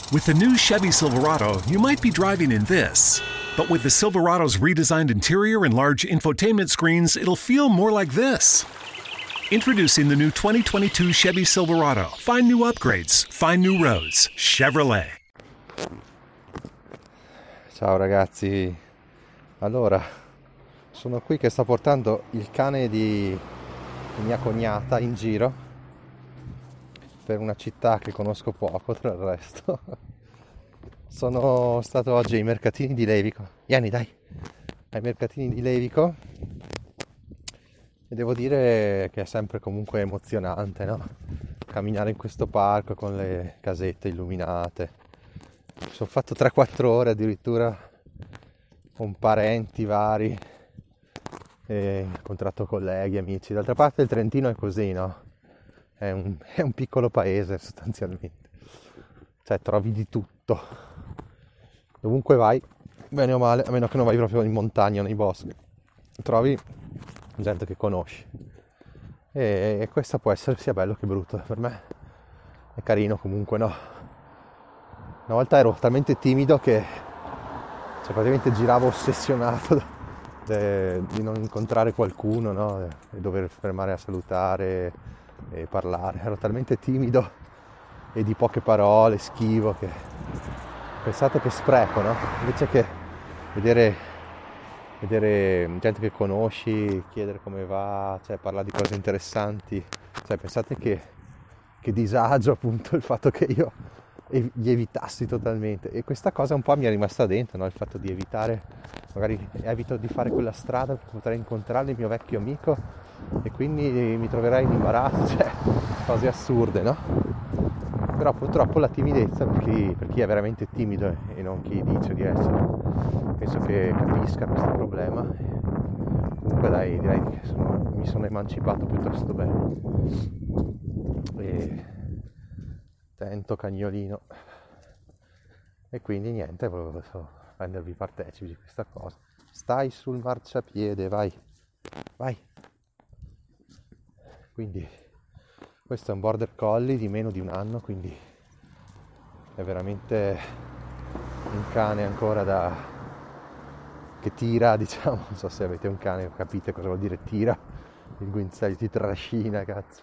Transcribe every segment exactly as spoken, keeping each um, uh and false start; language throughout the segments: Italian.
With the new Chevy Silverado, you might be driving in this. But with the Silverado's redesigned interior and large infotainment screens, it'll feel more like this. Introducing the new twenty twenty-two Chevy Silverado. Find new upgrades. Find new roads. Chevrolet. Ciao ragazzi. Allora, sono qui che sto portando il cane di mia cognata in giro per una città che conosco poco, tra il resto. Sono stato oggi ai mercatini di Levico. Vieni, dai, ai mercatini di Levico, e devo dire che è sempre comunque emozionante, no? Camminare in questo parco con le casette illuminate. Mi sono fatto tre quattro ore addirittura con parenti vari, e ho incontrato colleghi, amici. D'altra parte il Trentino è così, no? È un, è un piccolo paese sostanzialmente, cioè trovi di tutto, dovunque vai, bene o male, a meno che non vai proprio in montagna o nei boschi, trovi gente che conosci, e, e questo può essere sia bello che brutto. Per me è carino comunque, no? Una volta ero talmente timido che cioè, praticamente giravo ossessionato de, di non incontrare qualcuno, no? E dover fermare a salutare e parlare. Ero talmente timido e di poche parole, schivo, che pensate che spreco, no? Invece che vedere vedere gente che conosci, chiedere come va, cioè parlare di cose interessanti, cioè pensate che, che disagio appunto il fatto che io gli evitassi totalmente, e questa cosa un po' mi è rimasta dentro, no? Il fatto di evitare, magari evito di fare quella strada per poter incontrare il mio vecchio amico e quindi mi troverai in imbarazzo, cioè cose assurde, no? Però purtroppo la timidezza, per chi, per chi è veramente timido e non chi dice di essere, penso che capisca questo problema. Comunque dai, direi che sono, mi sono emancipato piuttosto bene. E attento cagnolino, e quindi niente, volevo rendervi partecipi di questa cosa. Stai sul marciapiede, vai, vai. Quindi questo è un border collie di meno di un anno, quindi è veramente un cane ancora da che tira, diciamo. Non so se avete un cane, capite cosa vuol dire tira, il guinzaglio ti trascina, cazzo.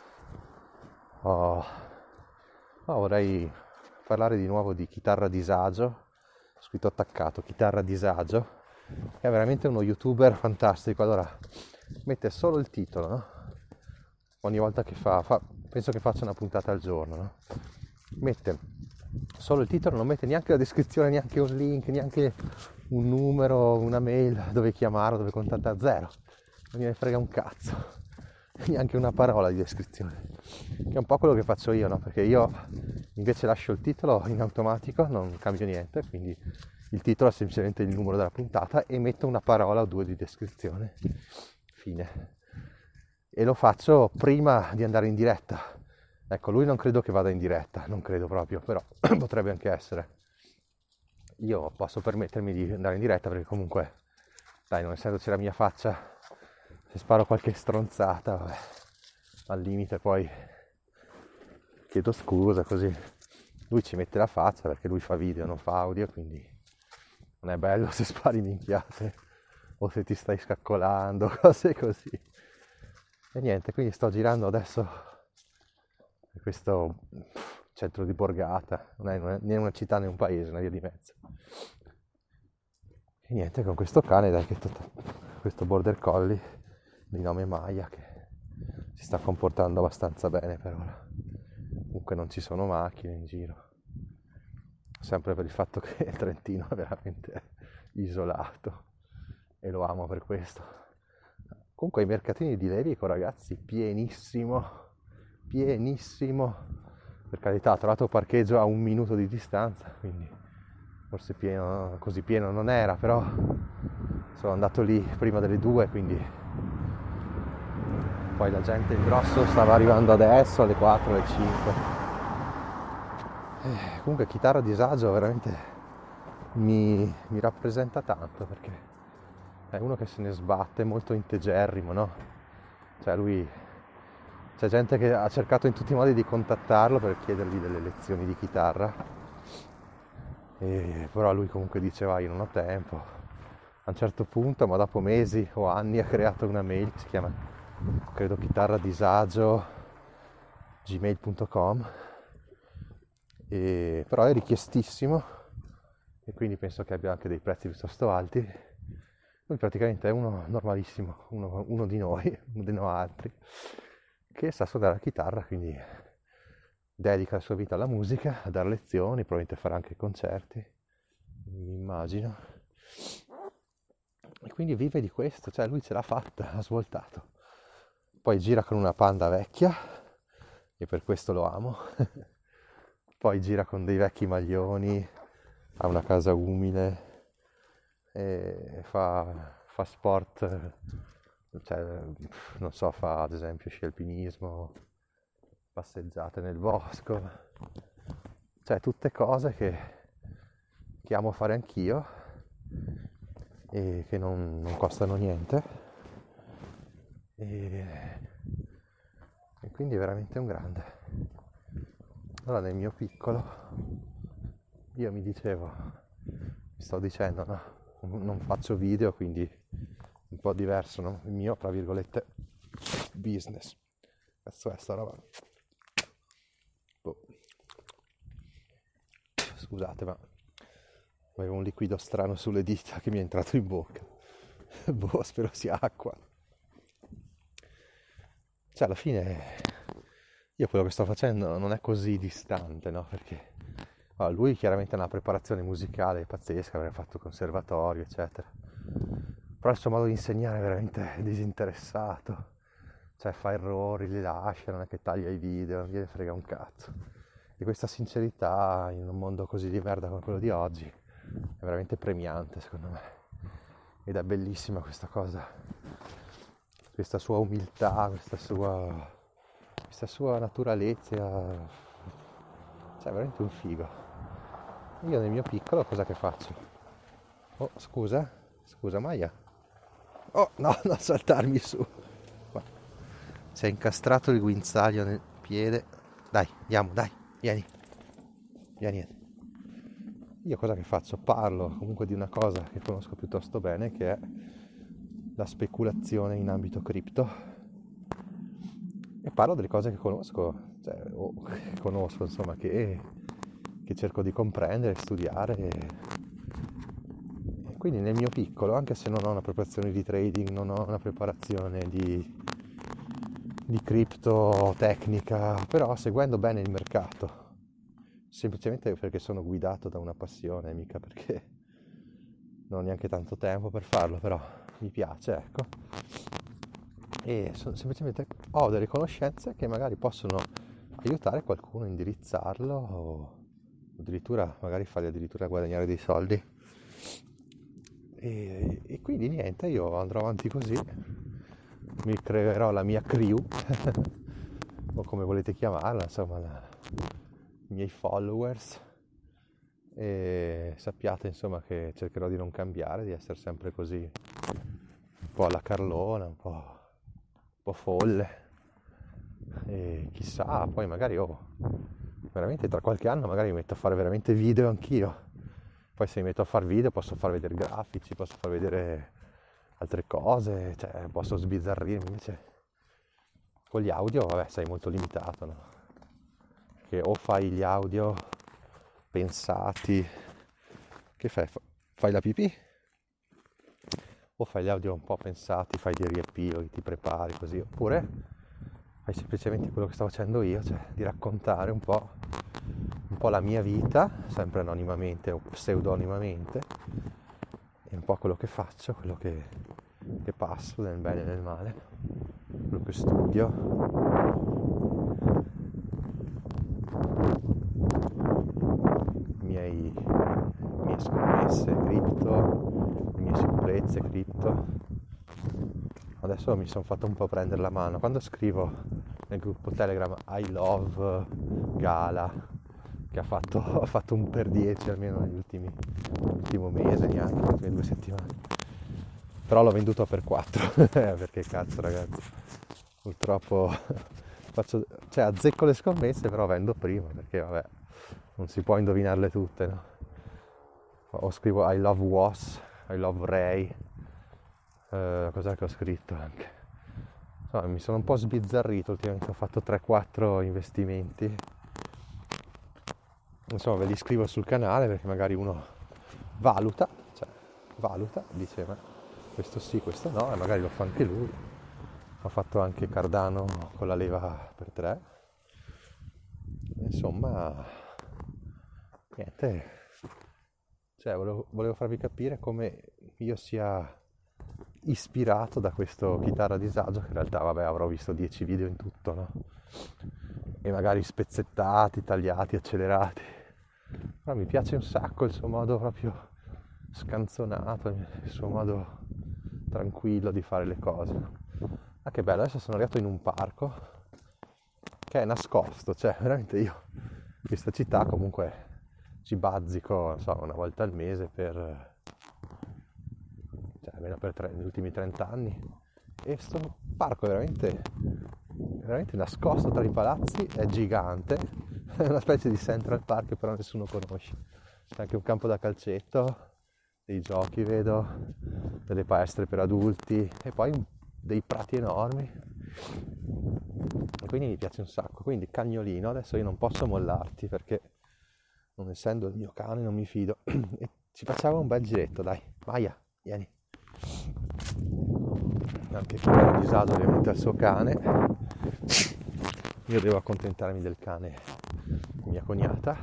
Oh. Oh, vorrei parlare di nuovo di Chitarra Disagio, ho scritto attaccato, Chitarra Disagio, che è veramente uno youtuber fantastico. Allora, mette solo il titolo, no? Ogni volta che fa, fa, penso che faccia una puntata al giorno, no? Mette solo il titolo, non mette neanche la descrizione, neanche un link, neanche un numero, una mail dove chiamarlo, dove contattare, zero. Non gliene frega un cazzo. Neanche una parola di descrizione, che è un po' quello che faccio io, no? Perché io invece lascio il titolo in automatico, non cambio niente, quindi il titolo è semplicemente il numero della puntata e metto una parola o due di descrizione, fine. E lo faccio prima di andare in diretta. Ecco, lui non credo che vada in diretta, non credo proprio, però potrebbe anche essere. Io posso permettermi di andare in diretta perché comunque, dai, non essendoci la mia faccia, se sparo qualche stronzata, vabbè, al limite poi chiedo scusa, così lui ci mette la faccia, perché lui fa video, non fa audio, quindi non è bello se spari minchiate o se ti stai scaccolando, cose così. E niente, quindi sto girando adesso in questo centro di borgata, non è, non è né una città né un paese, una via di mezzo. E niente, con questo cane, dai, che tutto, questo border collie di nome Maya, che si sta comportando abbastanza bene per ora. Comunque non ci sono macchine in giro, sempre per il fatto che il Trentino è veramente isolato e lo amo per questo. Comunque i mercatini di Levico, ragazzi, pienissimo, pienissimo. Per carità, ho trovato parcheggio a un minuto di distanza, quindi forse pieno, così pieno non era, però sono andato lì prima delle due, quindi poi la gente in grosso stava arrivando adesso alle quattro, alle cinque. Eh, comunque Chitarra Disagio veramente mi, mi rappresenta tanto, perché è uno che se ne sbatte, molto integerrimo, no? Cioè lui, c'è gente che ha cercato in tutti i modi di contattarlo per chiedergli delle lezioni di chitarra, E, però lui comunque diceva io non ho tempo. A un certo punto, ma dopo mesi o anni, ha creato una mail che si chiama, credo, chitarra disagio gmail punto com, e, però è richiestissimo e quindi penso che abbia anche dei prezzi piuttosto alti. Lui praticamente è uno normalissimo, uno, uno di noi, uno di noi altri, che sa suonare la chitarra, quindi dedica la sua vita alla musica, a dare lezioni, probabilmente farà anche concerti, mi immagino. E quindi vive di questo, cioè lui ce l'ha fatta, ha svoltato. Poi gira con una Panda vecchia, e per questo lo amo. Poi gira con dei vecchi maglioni, ha una casa umile, e fa, fa sport, cioè, non so, fa ad esempio sci alpinismo, passeggiate nel bosco, cioè tutte cose che, che amo fare anch'io e che non, non costano niente, e, e quindi è veramente un grande. Allora nel mio piccolo io mi dicevo, mi sto dicendo no, non faccio video, quindi un po' diverso, no? Il mio, tra virgolette, business. Cazzo è sta roba? Boh. Scusate, ma avevo un liquido strano sulle dita che mi è entrato in bocca. Boh, spero sia acqua. Cioè, alla fine, io quello che sto facendo non è così distante, no? Perché allora, lui chiaramente ha una preparazione musicale pazzesca, aveva fatto conservatorio, eccetera. Però il suo modo di insegnare è veramente disinteressato. Cioè fa errori, li lascia, non è che taglia i video, non gliene frega un cazzo. E questa sincerità in un mondo così di merda come quello di oggi è veramente premiante, secondo me. Ed è bellissima questa cosa. Questa sua umiltà, questa sua, questa sua naturalezza. Cioè, è veramente un figo. Io nel mio piccolo cosa che faccio? Oh, scusa, scusa Maia. Oh, no, non saltarmi su. Ma si è incastrato il guinzaglio nel piede. Dai, andiamo, dai, vieni. Vieni. Io cosa che faccio? Parlo comunque di una cosa che conosco piuttosto bene, che è la speculazione in ambito cripto. E parlo delle cose che conosco, cioè, o che conosco, insomma, che... che cerco di comprendere, studiare, e quindi nel mio piccolo, anche se non ho una preparazione di trading, non ho una preparazione di, di cripto tecnica, però seguendo bene il mercato, semplicemente perché sono guidato da una passione, mica perché non ho neanche tanto tempo per farlo, però mi piace, ecco, e sono, semplicemente ho delle conoscenze che magari possono aiutare qualcuno a indirizzarlo o addirittura magari fargli addirittura guadagnare dei soldi, e, e quindi niente, io andrò avanti così, mi creerò la mia crew o come volete chiamarla, insomma la, i miei followers, e sappiate insomma che cercherò di non cambiare, di essere sempre così un po' alla Carlona, un po', un po' folle, e chissà, poi magari oh veramente tra qualche anno magari mi metto a fare veramente video anch'io. Poi se mi metto a fare video posso far vedere grafici, posso far vedere altre cose, cioè posso sbizzarrirmi. Invece con gli audio, vabbè, sei molto limitato, no? Perché o fai gli audio pensati, che fai? Fai la pipì? O fai gli audio un po' pensati, fai dei riepiloghi, ti prepari così, oppure fai semplicemente quello che sto facendo io, cioè di raccontare un po', un po' la mia vita, sempre anonimamente o pseudonimamente, e un po' quello che faccio, quello che, che passo nel bene e nel male, quello che studio. I miei, le mie scommesse cripto, le mie sicurezze cripto. Adesso mi sono fatto un po' prendere la mano. Quando scrivo nel gruppo Telegram I love Gala, che ha fatto, ha fatto un per dieci almeno negli ultimi, l'ultimo mese, neanche le ultime due settimane. Però l'ho venduto per quattro, perché cazzo ragazzi, purtroppo faccio, cioè azzecco le scommesse, però vendo prima, perché vabbè, non si può indovinarle tutte, no? o scrivo I love Was, I love Ray, eh, cos'è che ho scritto anche? Insomma, mi sono un po' sbizzarrito ultimamente, ho fatto tre quattro investimenti. Insomma, ve li scrivo sul canale perché magari uno valuta, cioè valuta, dice ma questo sì, questo no, e magari lo fa anche lui. Ho fatto anche Cardano con la leva per tre. Insomma, niente, cioè volevo, volevo farvi capire come io sia ispirato da questo chitarra a disagio, che in realtà vabbè avrò visto dieci video in tutto, no? E magari spezzettati, tagliati, accelerati, però mi piace un sacco il suo modo proprio scanzonato, il suo modo tranquillo di fare le cose. Ah, che bello, adesso sono arrivato in un parco che è nascosto, cioè veramente io in questa città comunque ci bazzico, non so, una volta al mese per cioè almeno per tre, negli ultimi trenta anni, e sto parco è veramente veramente nascosto tra i palazzi, è gigante, è una specie di Central Park che però nessuno conosce. C'è anche un campo da calcetto, dei giochi vedo, delle palestre per adulti e poi dei prati enormi, e quindi mi piace un sacco. Quindi cagnolino, adesso io non posso mollarti perché non essendo il mio cane non mi fido e ci facciamo un bel giretto, dai, Maya, vieni. Anche qui era disagio ovviamente al suo cane, io devo accontentarmi del cane di mia cognata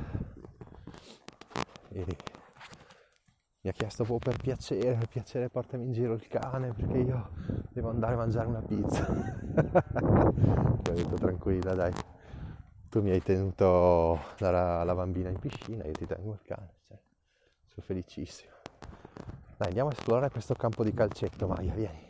e mi ha chiesto proprio per piacere, per piacere portami in giro il cane perché io devo andare a mangiare una pizza. Io ho detto tranquilla dai, tu mi hai tenuto la, la bambina in piscina, io ti tengo il cane, cioè, sono felicissimo. Dai, andiamo a esplorare questo campo di calcetto, Maya, vieni.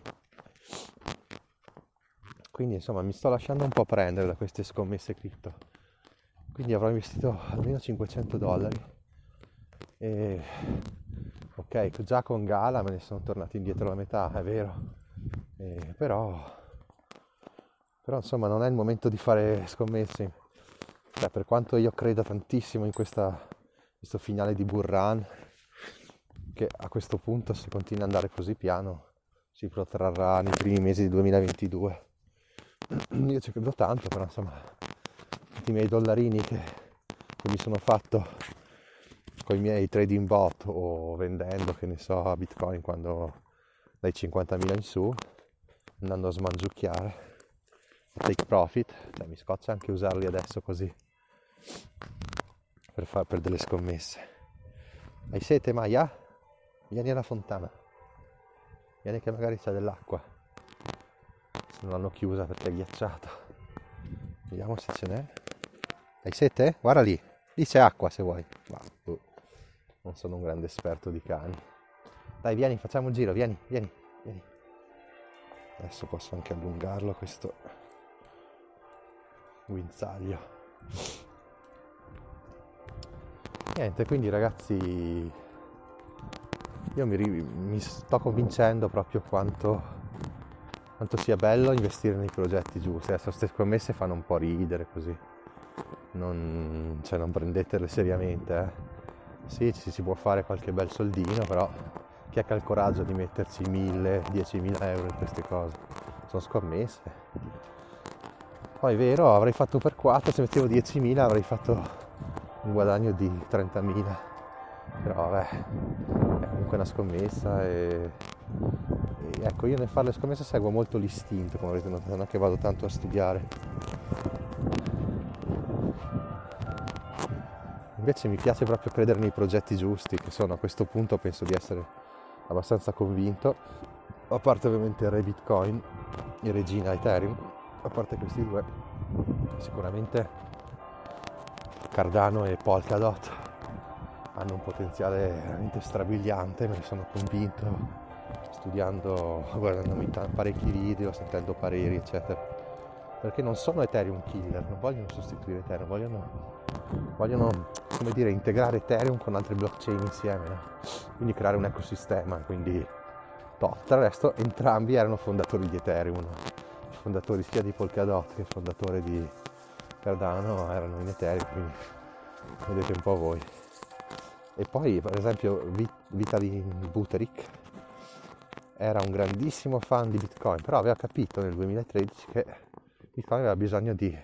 Quindi insomma mi sto lasciando un po' prendere da queste scommesse cripto, quindi avrò investito almeno cinquecento dollari e ok, già con Gala me ne sono tornati indietro la metà, è vero, e però però insomma non è il momento di fare scommesse, cioè per quanto io creda tantissimo in questa, questo finale di bull run, che a questo punto se continua ad andare così piano si protrarrà nei primi mesi di duemilaventidue. Io ci credo tanto, però insomma tutti i miei dollarini che, che mi sono fatto con i miei trading bot o vendendo, che ne so, a Bitcoin quando dai cinquantamila in su, andando a smangiucchiare, take profit, cioè mi scoccia anche usarli adesso così per fare per delle scommesse. Hai sete, Maya? Vieni alla fontana, vieni che magari c'è dell'acqua, se non l'hanno chiusa perché è ghiacciata. Vediamo se ce n'è. Hai sete? Guarda lì, lì c'è acqua se vuoi. Ma, uh, non sono un grande esperto di cani. Dai, vieni, facciamo un giro, vieni, vieni, vieni. Adesso posso anche allungarlo questo guinzaglio. Niente, quindi ragazzi, io mi, mi sto convincendo proprio quanto, quanto sia bello investire nei progetti giusti. Adesso queste scommesse fanno un po' ridere così, non, cioè non prendetele seriamente, eh. Sì, ci si può fare qualche bel soldino, però chi è che ha il coraggio di metterci mille, diecimila euro in queste cose? Sono scommesse. Poi è vero, avrei fatto per quattro, se mettevo diecimila avrei fatto un guadagno di trentamila, però vabbè, è comunque una scommessa e, e ecco, io nel fare le scommesse seguo molto l'istinto, come avete notato, non è che vado tanto a studiare. Invece mi piace proprio credere nei progetti giusti, che sono, a questo punto penso di essere abbastanza convinto, a parte ovviamente Re Bitcoin e Regina Ethereum, a parte questi due, sicuramente Cardano e Polkadot hanno un potenziale veramente strabiliante, me ne sono convinto studiando, guardandomi parecchi video, sentendo pareri eccetera, perché non sono Ethereum killer, non vogliono sostituire Ethereum, vogliono vogliono come dire integrare Ethereum con altre blockchain insieme, no? Quindi creare un ecosistema, quindi top. Tra il resto entrambi erano fondatori di Ethereum, no? I fondatori sia di Polkadot che il fondatore di Cardano erano in Ethereum, quindi vedete un po' voi. E poi per esempio Vitalik Buterin era un grandissimo fan di Bitcoin, però aveva capito nel duemilatredici che Bitcoin aveva bisogno di,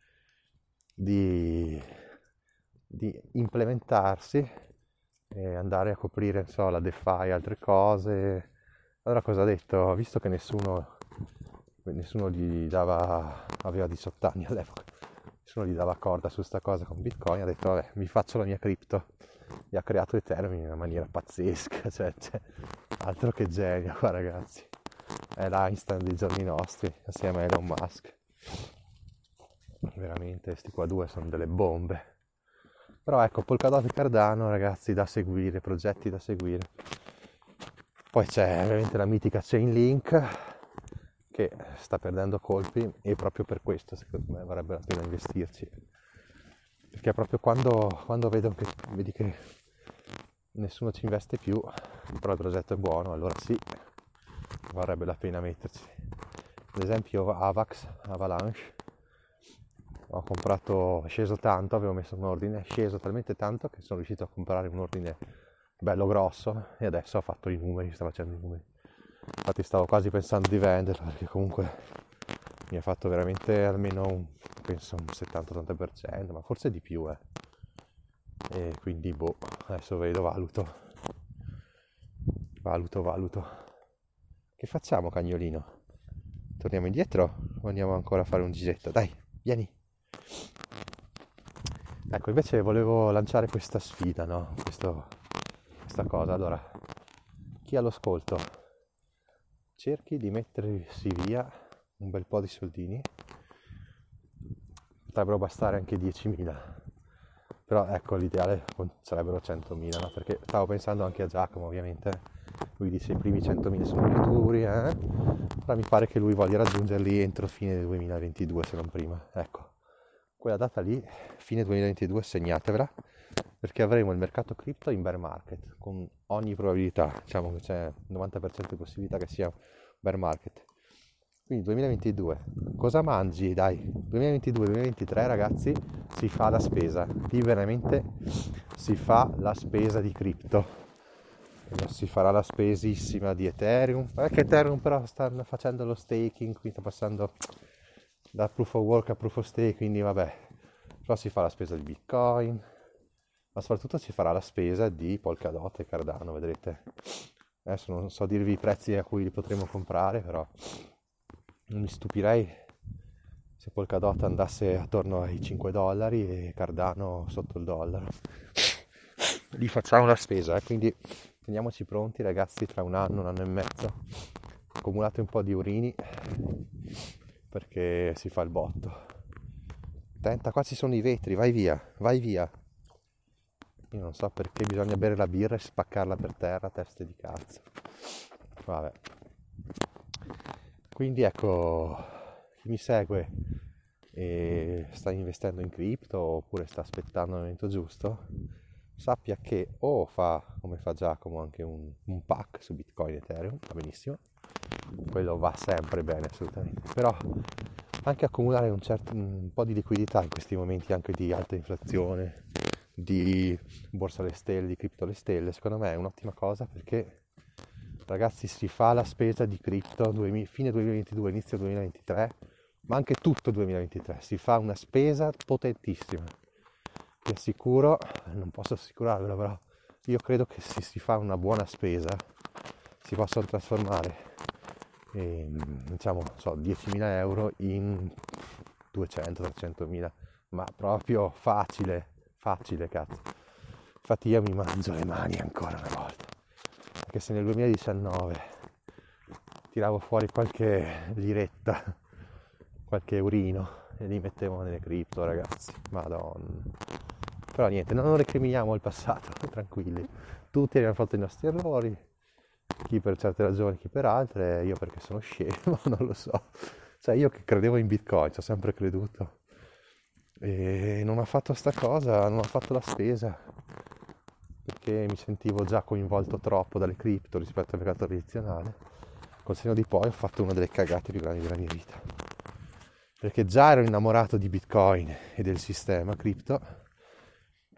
di, di implementarsi e andare a coprire, non so, la DeFi e altre cose. Allora cosa ha detto? Visto che nessuno, nessuno gli dava, aveva diciotto anni all'epoca, nessuno gli dava corda su sta cosa con Bitcoin, ha detto vabbè, vi faccio la mia cripto. E ha creato Ethereum in una maniera pazzesca, cioè, cioè altro che genio qua, ragazzi. È l'Einstein dei giorni nostri, assieme a Elon Musk. Veramente, sti qua due sono delle bombe. Però ecco, Polkadot e Cardano, ragazzi, da seguire, progetti da seguire. Poi c'è veramente la mitica Chainlink che sta perdendo colpi, e proprio per questo secondo me varrebbe la pena investirci. Perché proprio quando, quando vedo che, vedi che nessuno ci investe più, però il progetto è buono, allora sì, varrebbe la pena metterci. Ad esempio Avax, Avalanche, ho comprato, è sceso tanto, avevo messo un ordine, è sceso talmente tanto che sono riuscito a comprare un ordine bello grosso e adesso ho fatto i numeri, sto facendo i numeri. Infatti stavo quasi pensando di venderlo perché comunque mi ha fatto veramente almeno un, penso un settanta ottanta per cento, ma forse di più, eh. E quindi boh, adesso vedo, valuto. Valuto, valuto. Che facciamo, cagnolino? Torniamo indietro o andiamo ancora a fare un giretto? Dai, vieni. Ecco, invece volevo lanciare questa sfida, no? Questo, questa cosa. Allora, chi ha l'ascolto, cerchi di mettersi via un bel po' di soldini, potrebbero bastare anche diecimila, però ecco l'ideale sarebbero centomila, no? Perché stavo pensando anche a Giacomo, ovviamente lui dice i primi centomila sono più duri, eh? Però mi pare che lui voglia raggiungerli entro fine del duemilaventidue, se non prima. Ecco, quella data lì, fine duemilaventidue, segnatevela, perché avremo il mercato cripto in bear market con ogni probabilità, diciamo che c'è il novanta per cento di possibilità che sia bear market. Quindi duemilaventidue, cosa mangi? Dai, duemilaventidue duemilaventitré, ragazzi, si fa la spesa, lì veramente si fa la spesa di cripto, si farà la spesissima di Ethereum, perché Ethereum però stanno facendo lo staking, quindi sta passando da proof of work a proof of stake, quindi vabbè, però si fa la spesa di Bitcoin, ma soprattutto si farà la spesa di Polkadot e Cardano, vedrete. Adesso non so dirvi i prezzi a cui li potremo comprare, però non mi stupirei se Polkadot andasse attorno ai cinque dollari e Cardano sotto il dollaro. Lì facciamo la spesa, eh? Quindi teniamoci pronti, ragazzi, tra un anno, un anno e mezzo. Accumulate un po' di urini perché si fa il botto. Attenta, qua ci sono i vetri, vai via, vai via. Io non so perché bisogna bere la birra e spaccarla per terra, teste di cazzo. Vabbè. Quindi ecco, chi mi segue e sta investendo in cripto oppure sta aspettando il momento giusto, sappia che o fa, come fa Giacomo, anche un, un pack su Bitcoin e Ethereum, va benissimo, quello va sempre bene assolutamente, però anche accumulare un, certo, un po' di liquidità in questi momenti anche di alta inflazione, di borsa alle stelle, di cripto alle stelle, secondo me è un'ottima cosa, perché ragazzi si fa la spesa di cripto fine duemilaventidue, inizio duemilaventitré, ma anche tutto duemilaventitré, si fa una spesa potentissima. Vi assicuro, non posso assicurarvelo, però io credo che se si fa una buona spesa si possono trasformare eh, diciamo so, diecimila euro in duecento trecentomila, ma proprio facile, facile cazzo. Infatti io mi mangio le mani ancora una volta, perché se nel duemiladiciannove tiravo fuori qualche liretta, qualche eurino e li mettevo nelle cripto, ragazzi, madonna. Però niente, non recriminiamo il passato, tranquilli, tutti abbiamo fatto i nostri errori, chi per certe ragioni, chi per altre, io perché sono scemo, non lo so. Cioè io che credevo in Bitcoin, ci ho sempre creduto, e non ho fatto sta cosa, non ho fatto la spesa, perché mi sentivo già coinvolto troppo dalle cripto rispetto al mercato tradizionale. Col senno di poi ho fatto una delle cagate più grandi della mia vita, perché già ero innamorato di Bitcoin e del sistema cripto,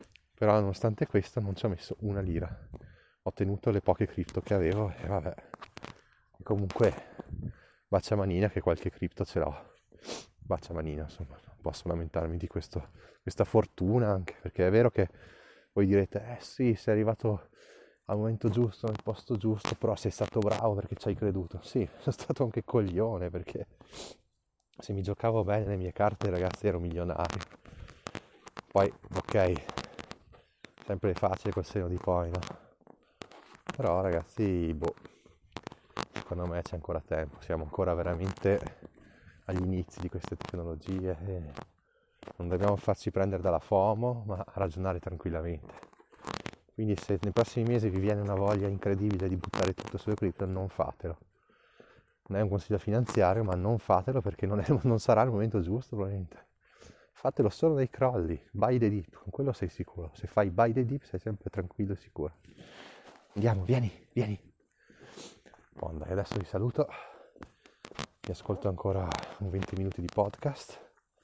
Però nonostante questo non ci ho messo una lira. Ho tenuto le poche cripto che avevo e vabbè. E comunque bacia manina che qualche cripto ce l'ho. Bacia manina, insomma, non posso lamentarmi di questo, questa fortuna, anche perché è vero che voi direte, eh sì, sei arrivato al momento giusto, nel posto giusto, però sei stato bravo perché ci hai creduto. Sì, sono stato anche coglione, perché se mi giocavo bene le mie carte, ragazzi, ero milionario. Poi, ok, sempre facile col seno di poi, no? Però, ragazzi, boh, secondo me c'è ancora tempo, siamo ancora veramente agli inizi di queste tecnologie e non dobbiamo farci prendere dalla FOMO, ma ragionare tranquillamente. Quindi se nei prossimi mesi vi viene una voglia incredibile di buttare tutto sulle cripto, non fatelo. Non è un consiglio finanziario, ma non fatelo perché non, è, non sarà il momento giusto probabilmente. Fatelo solo nei crolli, buy the dip, con quello sei sicuro. Se fai buy the dip sei sempre tranquillo e sicuro. Andiamo, vieni, vieni. Buon dai, adesso vi saluto. Mi ascolto ancora un venti minuti di podcast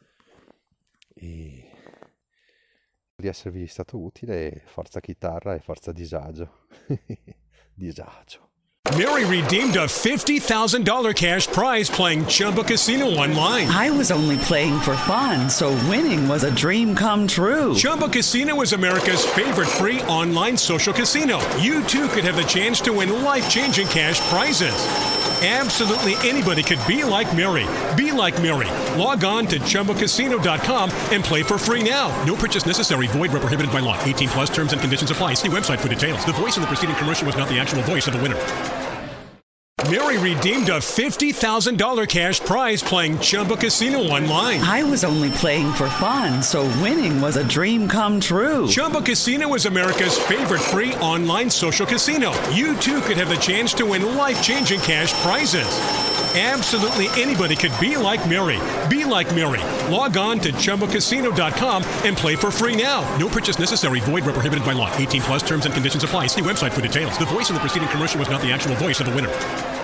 e di esservi stato utile. Forza chitarra e forza disagio. Disagio. Mary redeemed a fifty thousand dollars cash prize playing Chumba Casino online. I was only playing for fun, so winning was a dream come true. Chumba Casino is America's favorite free online social casino. You too could have the chance to win life-changing cash prizes. Absolutely anybody could be like Mary. Be like Mary. Log on to Chumba Casino dot com and play for free now. No purchase necessary. Void where prohibited by law. eighteen plus terms and conditions apply. See website for details. The voice in the preceding commercial was not the actual voice of the winner. Mary redeemed a fifty thousand dollars cash prize playing Chumba Casino online. I was only playing for fun, so winning was a dream come true. Chumba Casino is America's favorite free online social casino. You too could have the chance to win life-changing cash prizes. Absolutely anybody could be like Mary. Be like Mary. Log on to Chumba Casino dot com and play for free now. No purchase necessary. Void where prohibited by law. eighteen plus terms and conditions apply. See website for details. The voice in the preceding commercial was not the actual voice of the winner.